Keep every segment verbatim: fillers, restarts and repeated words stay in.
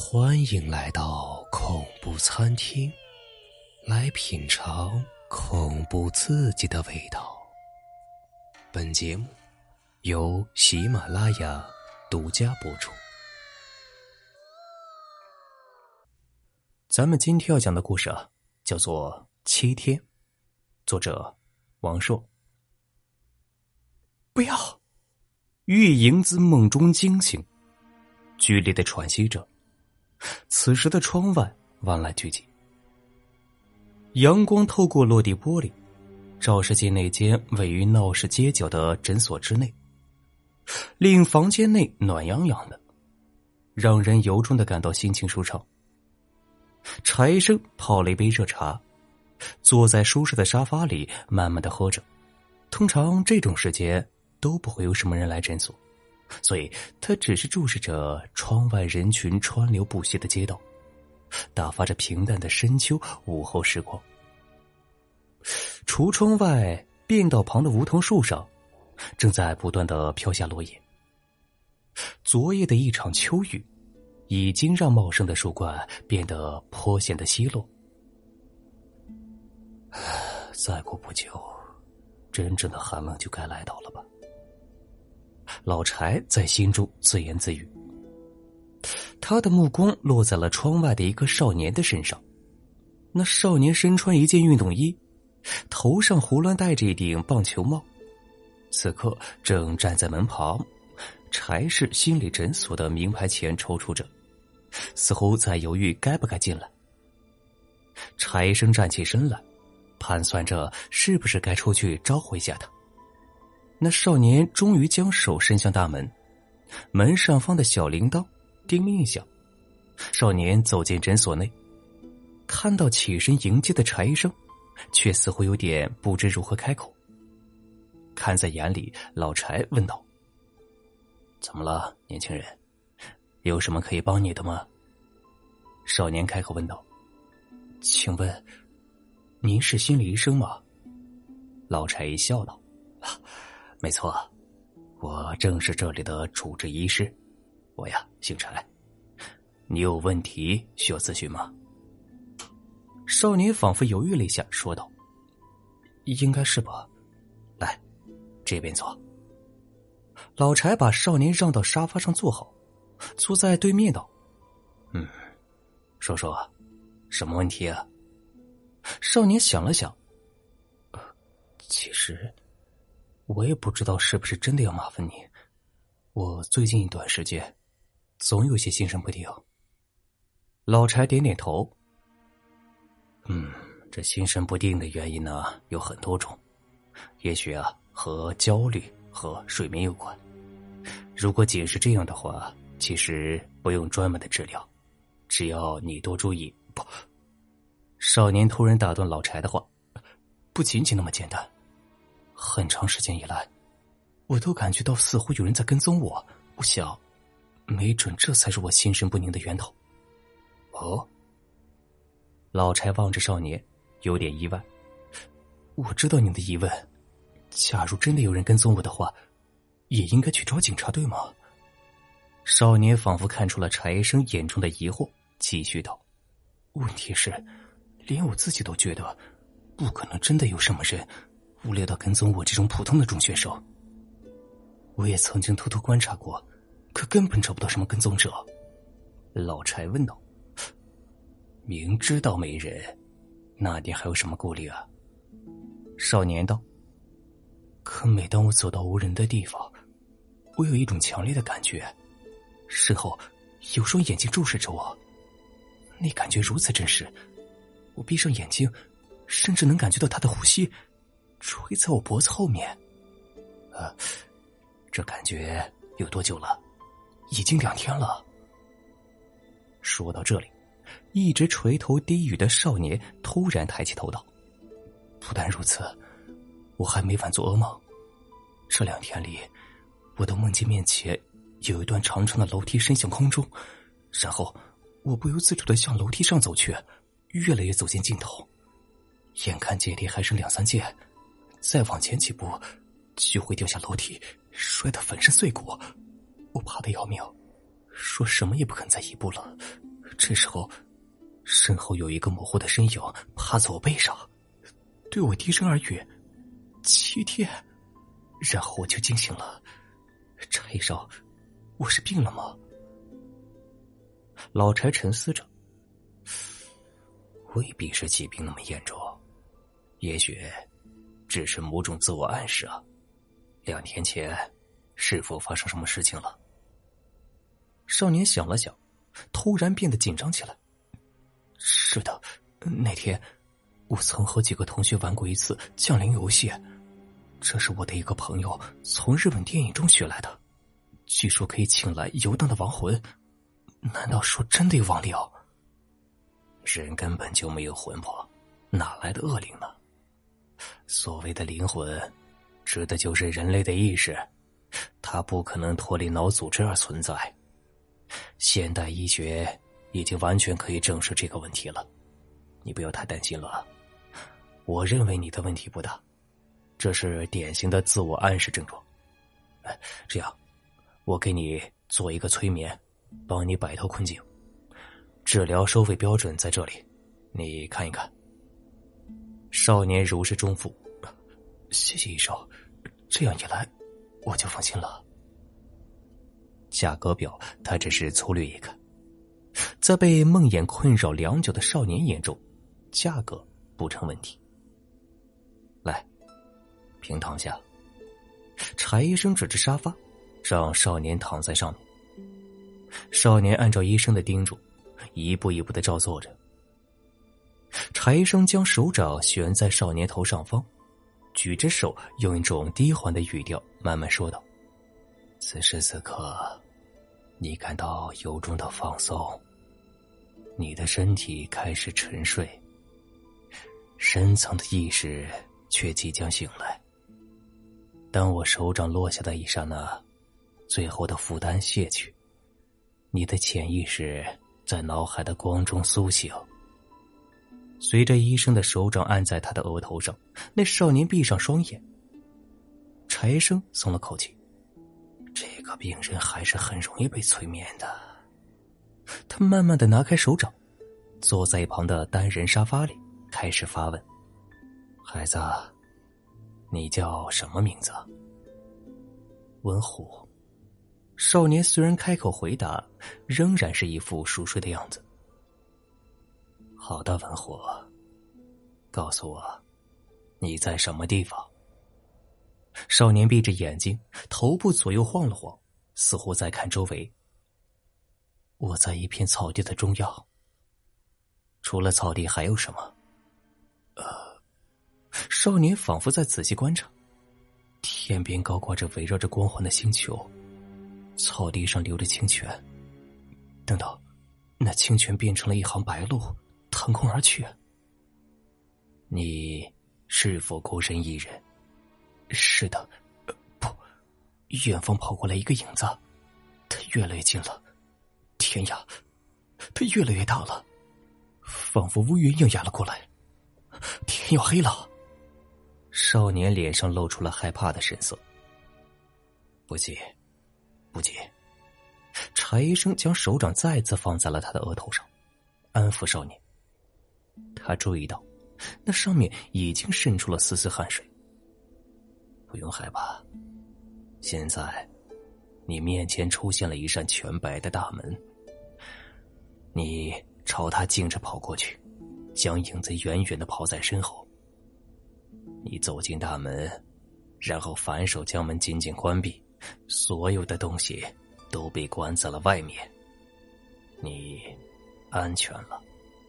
欢迎来到恐怖餐厅，来品尝恐怖刺激的味道。本节目由喜马拉雅独家播出。咱们今天要讲的故事啊，叫做《七天》，作者王朔。不要！玉莹自梦中惊醒，剧烈的喘息着。此时的窗外万籁俱寂，阳光透过落地玻璃，照射进那间位于闹市街角的诊所之内，令房间内暖洋洋的，让人由衷的感到心情舒畅。柴生泡了一杯热茶，坐在舒适的沙发里慢慢的喝着。通常这种时间都不会有什么人来诊所，所以他只是注视着窗外人群川流不息的街道，打发着平淡的深秋午后时光。橱窗外便道旁的梧桐树上正在不断的飘下落叶。昨夜的一场秋雨已经让茂盛的树冠变得颇显得稀落。再过不久，真正的寒冷就该来到了吧。老柴在心中自言自语，他的目光落在了窗外的一个少年的身上。那少年身穿一件运动衣，头上胡乱戴着一顶棒球帽，此刻正站在门旁柴氏心理诊所的名牌前踌躇着，似乎在犹豫该不该进来。柴生站起身来，盘算着是不是该出去招呼一下他。那少年终于将手伸向大门，门上方的小铃铛叮铃一响，少年走进诊所内，看到起身迎接的柴医生，却似乎有点不知如何开口。看在眼里，老柴问道：怎么了，年轻人？有什么可以帮你的吗？少年开口问道：请问您是心理医生吗？老柴一笑道：没错，我正是这里的主治医师，我呀姓柴。你有问题需要咨询吗？少年仿佛犹豫了一下，说道：应该是吧，来，这边坐。老柴把少年让到沙发上坐好，坐在对面道：嗯，说说什么问题啊？少年想了想，呃、其实我也不知道是不是真的要麻烦你，我最近一段时间总有些心神不定。老柴点点头，嗯，这心神不定的原因呢有很多种，也许啊和焦虑和睡眠有关。如果仅是这样的话，其实不用专门的治疗，只要你多注意。不，少年突然打断老柴的话，不仅仅那么简单。很长时间以来，我都感觉到似乎有人在跟踪我，我想没准这才是我心神不宁的源头。哦？老柴望着少年，有点意外。我知道你的疑问，假如真的有人跟踪我的话，也应该去找警察，对吗？少年仿佛看出了柴医生眼中的疑惑，继续道：问题是连我自己都觉得不可能真的有什么人无聊到跟踪我这种普通的中学生。我也曾经偷偷观察过，可根本找不到什么跟踪者。老柴问道：明知道没人，那你还有什么顾虑啊？少年道：可每当我走到无人的地方，我有一种强烈的感觉，身后有双眼睛注视着我，那感觉如此真实，我闭上眼睛甚至能感觉到他的呼吸吹在我脖子后面。呃，这感觉有多久了？已经两天了。说到这里，一直垂头低语的少年突然抬起头道：不但如此，我还每晚做噩梦。这两天里，我都梦见面前有一段长长的楼梯伸向空中，然后我不由自主地向楼梯上走去，越来越走进尽头。眼看阶梯还剩两三阶，再往前几步就会掉下楼梯，摔得粉身碎骨。我怕得要命，说什么也不肯再一步了， 这时候，身后有一个模糊的身影趴在我背上，对我低声耳语：“七天。”然后我就惊醒了。柴医生，我是病了吗？老柴沉思着，未必是疾病那么严重，也许只是某种自我暗示啊。两天前是否发生什么事情了？少年想了想，突然变得紧张起来。是的，那天我曾和几个同学玩过一次降临游戏，这是我的一个朋友从日本电影中学来的，据说可以请来游荡的亡魂。难道说真的有亡灵？人根本就没有魂魄，哪来的恶灵呢？所谓的灵魂，指的就是人类的意识，它不可能脱离脑组织而存在。现代医学已经完全可以证实这个问题了，你不要太担心了。我认为你的问题不大，这是典型的自我暗示症状。这样，我给你做一个催眠，帮你摆脱困境。治疗收费标准在这里，你看一看。少年如释重负，谢谢医生，这样一来我就放心了。价格表他只是粗略一看，在被梦魇困扰良久的少年眼中，价格不成问题。来，平躺下。柴医生指着沙发，让少年躺在上面。少年按照医生的叮嘱，一步一步的照做着。柴医生将手掌悬在少年头上方，举着手，用一种低缓的语调慢慢说道：“此时此刻，你感到由衷的放松，你的身体开始沉睡，深层的意识却即将醒来。当我手掌落下的一刹那，最后的负担卸去，你的潜意识在脑海的光中苏醒。”随着医生的手掌按在他的额头上，那少年闭上双眼。柴医生松了口气，这个病人还是很容易被催眠的。他慢慢的拿开手掌，坐在一旁的单人沙发里，开始发问：“孩子，你叫什么名字？”文虎。少年虽然开口回答，仍然是一副熟睡的样子。好的，文虎，告诉我，你在什么地方？少年闭着眼睛，头部左右晃了晃，似乎在看周围。我在一片草地的中央。除了草地还有什么？呃，少年仿佛在仔细观察。天边高挂着围绕着光环的星球，草地上流着清泉。等等，那清泉变成了一行白鹭，腾空而去。你是否孤身一人？是的，呃、不，远方跑过来一个影子，它越来越近了。天呀，它越来越大了，仿佛乌云一样压了过来。天要黑了。少年脸上露出了害怕的神色。不急，不急。柴医生将手掌再次放在了他的额头上，安抚少年。他注意到，那上面已经渗出了丝丝汗水。不用害怕，现在，你面前出现了一扇全白的大门。你朝他径直跑过去，将影子远远地抛在身后。你走进大门，然后反手将门紧紧关闭，所有的东西都被关在了外面。你安全了。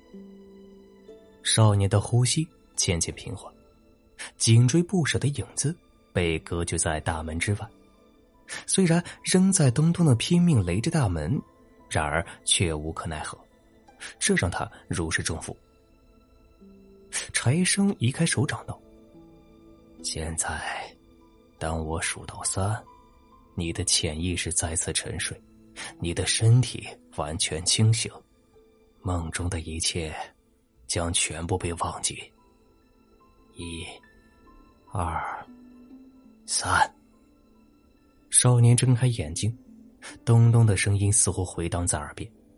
少年的呼吸渐渐平缓，紧追不舍的影子被隔绝在大门之外。虽然仍在咚咚的拼命擂着大门，然而却无可奈何，这让他如释重负。柴医生移开手掌道：“现在，当我数到三，你的潜意识再次沉睡，你的身体完全清醒，梦中的一切将全部被忘记。一、二、三。”少年睁开眼睛，咚咚的声音似乎回荡在耳边。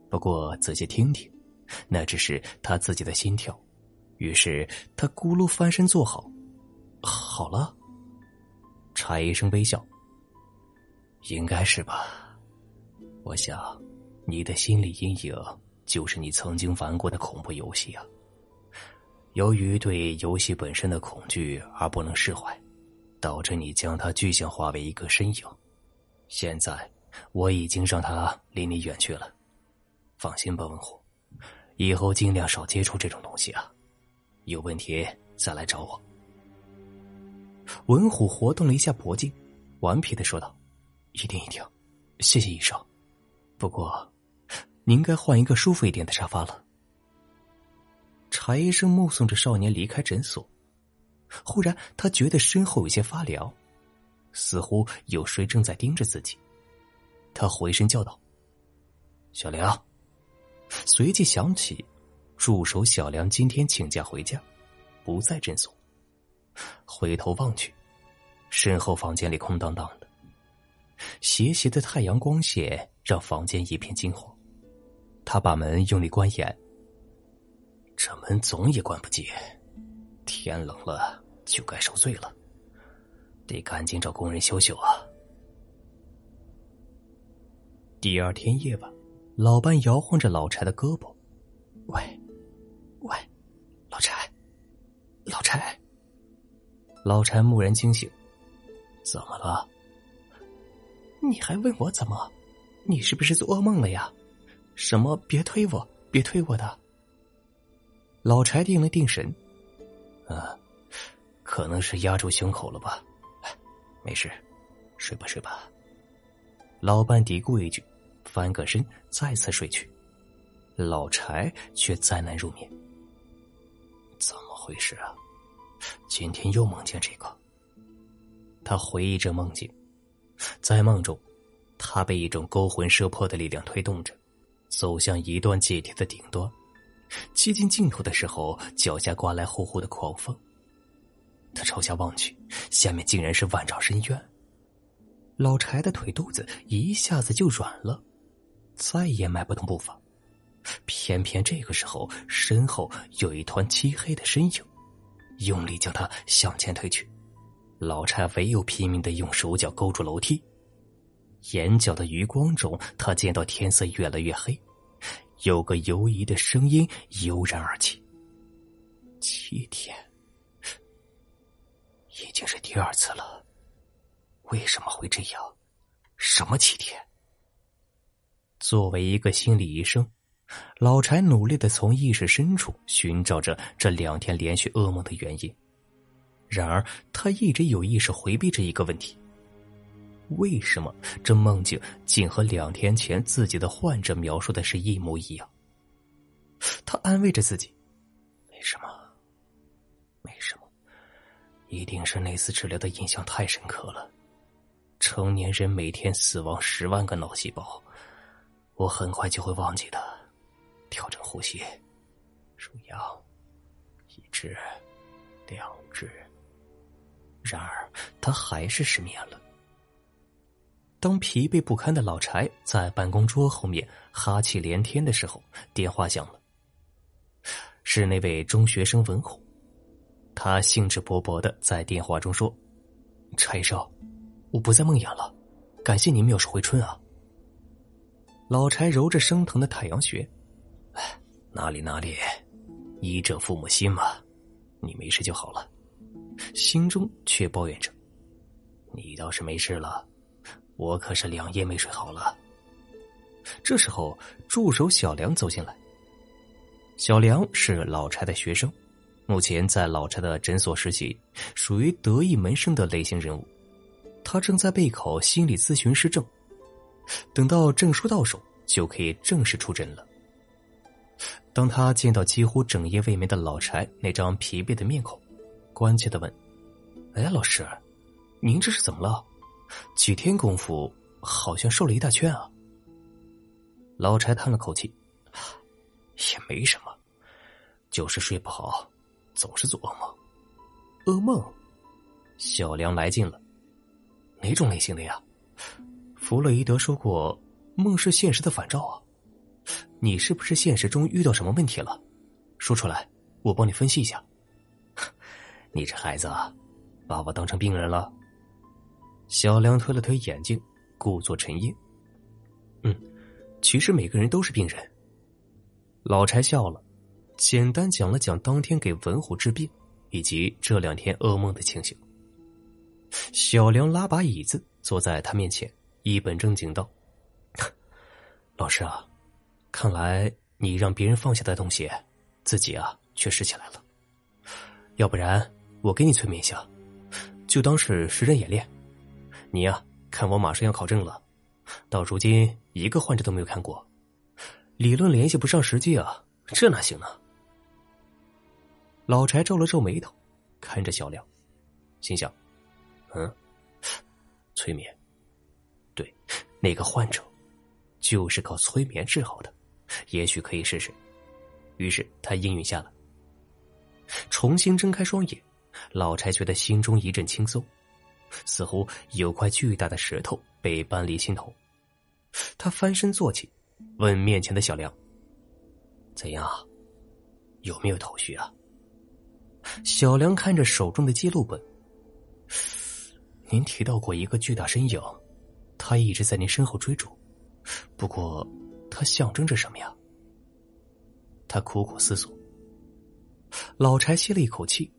不过仔细听听，那只是他自己的心跳。于是他咕噜翻身坐好。好了。柴医生微笑。应该是吧。我想你的心理阴影就是你曾经玩过的恐怖游戏啊。由于对游戏本身的恐惧而不能释怀，导致你将它具象化为一个身影。现在我已经让它离你远去了。放心吧，文虎，以后尽量少接触这种东西啊。有问题再来找我。文虎活动了一下脖颈，顽皮地说道：一定一定，谢谢医生。不过您该换一个舒服一点的沙发了。柴医生目送着少年离开诊所，忽然他觉得身后有些发凉，似乎有谁正在盯着自己。他回身叫道：小梁。随即想起助手小梁今天请假回家，不在诊所。回头望去，身后房间里空荡荡的，斜斜的太阳光线让房间一片金黄。他把门用力关严，这门总也关不紧，天冷了就该受罪了，得赶紧找工人修修啊。第二天夜晚，老伴摇晃着老柴的胳膊。喂喂，老柴老柴。老柴蓦然惊醒。怎么了？你还问我怎么？你是不是做噩梦了呀？什么别推我别推我的。老柴定了定神。啊，可能是压住胸口了吧。没事，睡吧睡吧。老伴嘀咕一句，翻个身再次睡去。老柴却灾难入眠。怎么回事啊？今天又梦见这个。他回忆着梦境，在梦中他被一种勾魂摄魄的力量推动着，走向一段阶梯的顶端。接近尽头的时候，脚下刮来呼呼的狂风。他朝下望去，下面竟然是万丈深渊。老柴的腿肚子一下子就软了，再也迈不动步伐。偏偏这个时候，身后有一团漆黑的身影，用力将他向前推去。老柴唯有拼命地用手脚勾住楼梯。眼角的余光中，他见到天色越来越黑，有个犹疑的声音油然而起。七天，已经是第二次了，为什么会这样？什么七天？作为一个心理医生，老柴努力地从意识深处寻找着这两天连续噩梦的原因。然而他一直有意识回避这一个问题，为什么这梦境竟和两天前自己的患者描述的是一模一样？他安慰着自己，没什么没什么，一定是那次治疗的印象太深刻了。成年人每天死亡十万个脑细胞，我很快就会忘记的。调整呼吸，数羊，一只两只。然而他还是失眠了。当疲惫不堪的老柴在办公桌后面哈气连天的时候，电话响了。是那位中学生文虎。他兴致勃勃地在电话中说：柴医生，我不再梦魇了，感谢您妙手回春啊。老柴揉着生疼的太阳穴，哪里哪里，医者父母心嘛，你没事就好了。心中却抱怨着，你倒是没事了，我可是两夜没睡好了。这时候助手小梁走进来。小梁是老柴的学生，目前在老柴的诊所实习，属于得意门生的类型人物。他正在备考心理咨询师证，等到证书到手就可以正式出诊了。当他见到几乎整夜未眠的老柴那张疲惫的面孔，关切地问：哎呀，老师，您这是怎么了？几天功夫好像瘦了一大圈啊。老柴叹了口气，也没什么，就是睡不好，总是做噩梦。噩梦？小梁来劲了，哪种类型的呀？弗洛伊德说过，梦是现实的反照啊。 你是不是现实中遇到什么问题了？说出来，我帮你分析一下。你这孩子啊，把我当成病人了。小梁推了推眼镜，故作沉吟。嗯，其实每个人都是病人。老柴笑了，简单讲了讲当天给文虎治病以及这两天噩梦的情形。小梁拉把椅子坐在他面前，一本正经道：老师啊，看来你让别人放下的东西，自己啊却拾起来了。要不然我给你催眠一下，就当是实战演练。你呀、啊，看我马上要考证了，到如今一个患者都没有看过，理论联系不上实际啊，这哪行呢？老柴皱了皱眉头，看着小梁，心想：嗯，催眠，对，那个患者就是靠催眠治好的，也许可以试试。于是他应允下了。重新睁开双眼，老柴觉得心中一阵轻松，似乎有块巨大的石头被搬离心头。他翻身坐起，问面前的小梁：怎样，有没有头绪啊？小梁看着手中的记录本：您提到过一个巨大身影，他一直在您身后追逐，不过他象征着什么呀？他苦苦思索。老柴吸了一口气，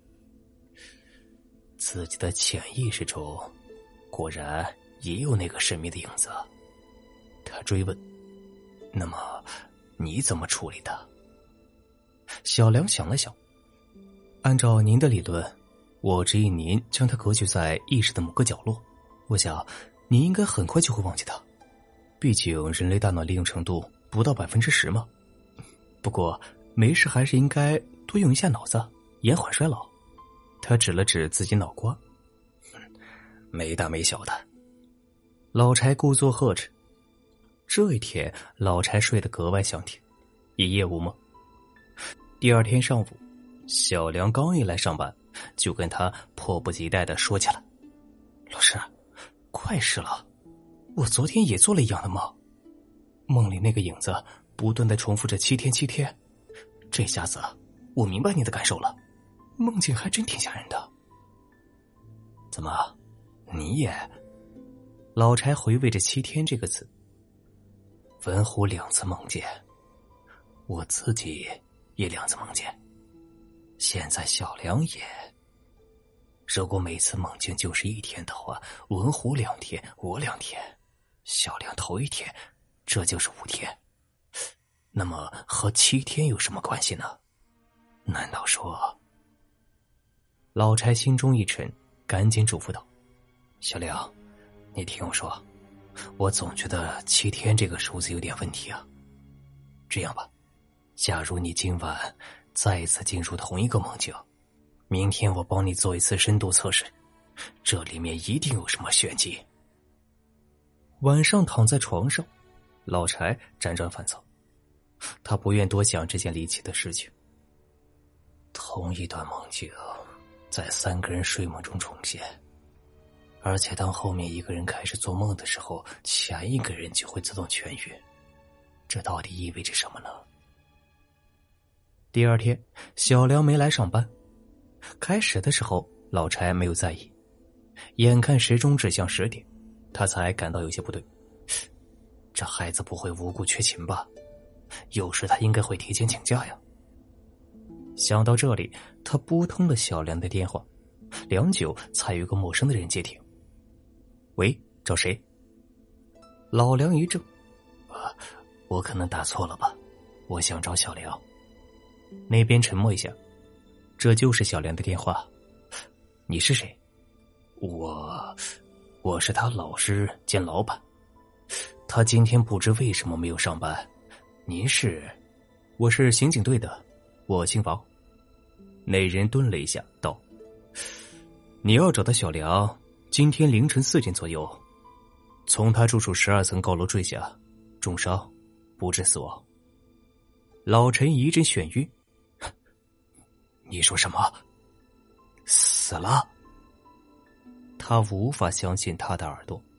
自己的潜意识中果然也有那个神秘的影子。他追问：那么你怎么处理的？小梁想了想，按照您的理论，我指引您将它隔绝在意识的某个角落，我想您应该很快就会忘记它，毕竟人类大脑利用程度不到百分之十嘛。不过没事还是应该多用一下脑子，延缓衰老。他指了指自己脑瓜，没大没小的。老柴故作呵斥。这一天老柴睡得格外香甜，一夜无梦。第二天上午，小梁刚一来上班，就跟他迫不及待地说起来：老师，快事了，我昨天也做了一样的梦，梦里那个影子不断地重复着七天七天，这下子我明白你的感受了，梦境还真挺吓人的。怎么，你也？老柴回味着七天这个词。文虎两次梦见，我自己也两次梦见，现在小梁也。如果每次梦境就是一天的话，文虎两天，我两天，小梁头一天，这就是五天。那么和七天有什么关系呢？难道说……老柴心中一沉，赶紧嘱咐道：小梁，你听我说，我总觉得七天这个数字有点问题啊。这样吧，假如你今晚再一次进入同一个梦境，明天我帮你做一次深度测试，这里面一定有什么玄机。晚上躺在床上，老柴辗转反侧，他不愿多想这件离奇的事情。同一段梦境在三个人睡梦中重现，而且当后面一个人开始做梦的时候，前一个人就会自动痊愈，这到底意味着什么呢？第二天，小梁没来上班。开始的时候老柴没有在意，眼看时钟指向十点，他才感到有些不对。这孩子不会无故缺勤吧？有时他应该会提前请假呀。想到这里，他拨通了小梁的电话，良久才有个陌生的人接听。喂，找谁？老梁一怔，啊，我可能打错了吧，我想找小梁。那边沉默一下，这就是小梁的电话。你是谁？我我是他老师兼老板，他今天不知为什么没有上班。您是？我是刑警队的，我姓王。那人顿了一下道：你要找的小梁今天凌晨四点左右从他住处十二层高楼坠下，重伤不治死亡。老陈一阵眩晕。你说什么？死了？他无法相信他的耳朵。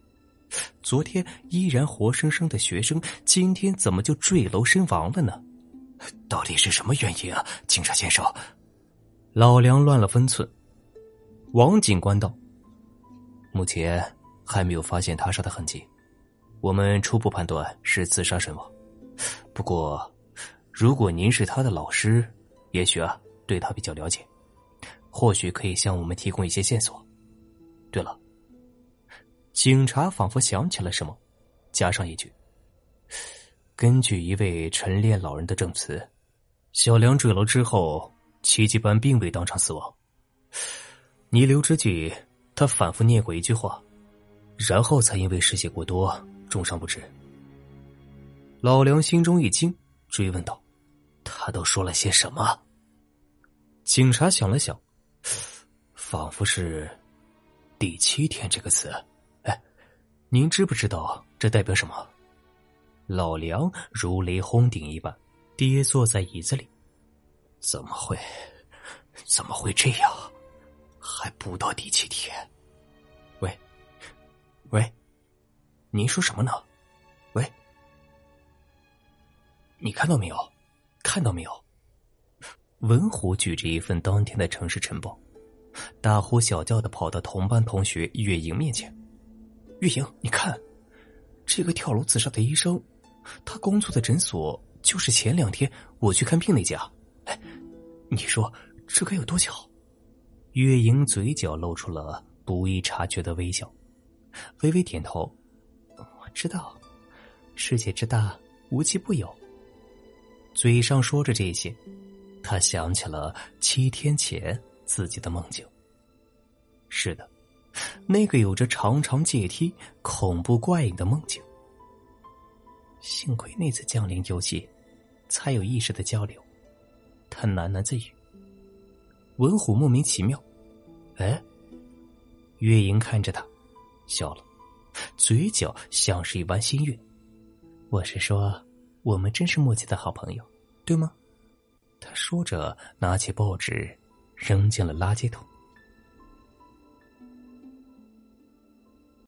昨天依然活生生的学生，今天怎么就坠楼身亡了呢？到底是什么原因啊，警察先生？老梁乱了分寸。王警官道：目前还没有发现他杀的痕迹，我们初步判断是自杀身亡。不过如果您是他的老师，也许啊对他比较了解，或许可以向我们提供一些线索。对了，警察仿佛想起了什么，加上一句：根据一位晨练老人的证词，小梁坠楼之后奇迹般并未当场死亡。弥留之际，他反复念过一句话，然后才因为失血过多重伤不治。老梁心中一惊，追问道：他都说了些什么？警察想了想，仿佛是第七天这个词。哎，您知不知道这代表什么？老梁如雷轰顶一般跌坐在椅子里。怎么会怎么会这样？还不到第七天。喂喂，您说什么呢？喂，你看到没有？看到没有？文虎举着一份当天的城市晨报，大呼小叫的跑到同班同学月莹面前。月莹，你看，这个跳楼自杀的医生，他工作的诊所就是前两天我去看病那家。哎，你说这该有多巧？月莹嘴角露出了不易察觉的微笑，微微点头。我知道，世界之大，无奇不有。嘴上说着这些，他想起了七天前自己的梦境。是的，那个有着长长阶梯、恐怖怪影的梦境。幸亏那次降临游戏，才有意识的交流。他喃喃自语。文虎莫名其妙。哎，月莹看着他，笑了，嘴角像是一弯新月。我是说，我们真是默契的好朋友，对吗？他说着，拿起报纸扔进了垃圾桶。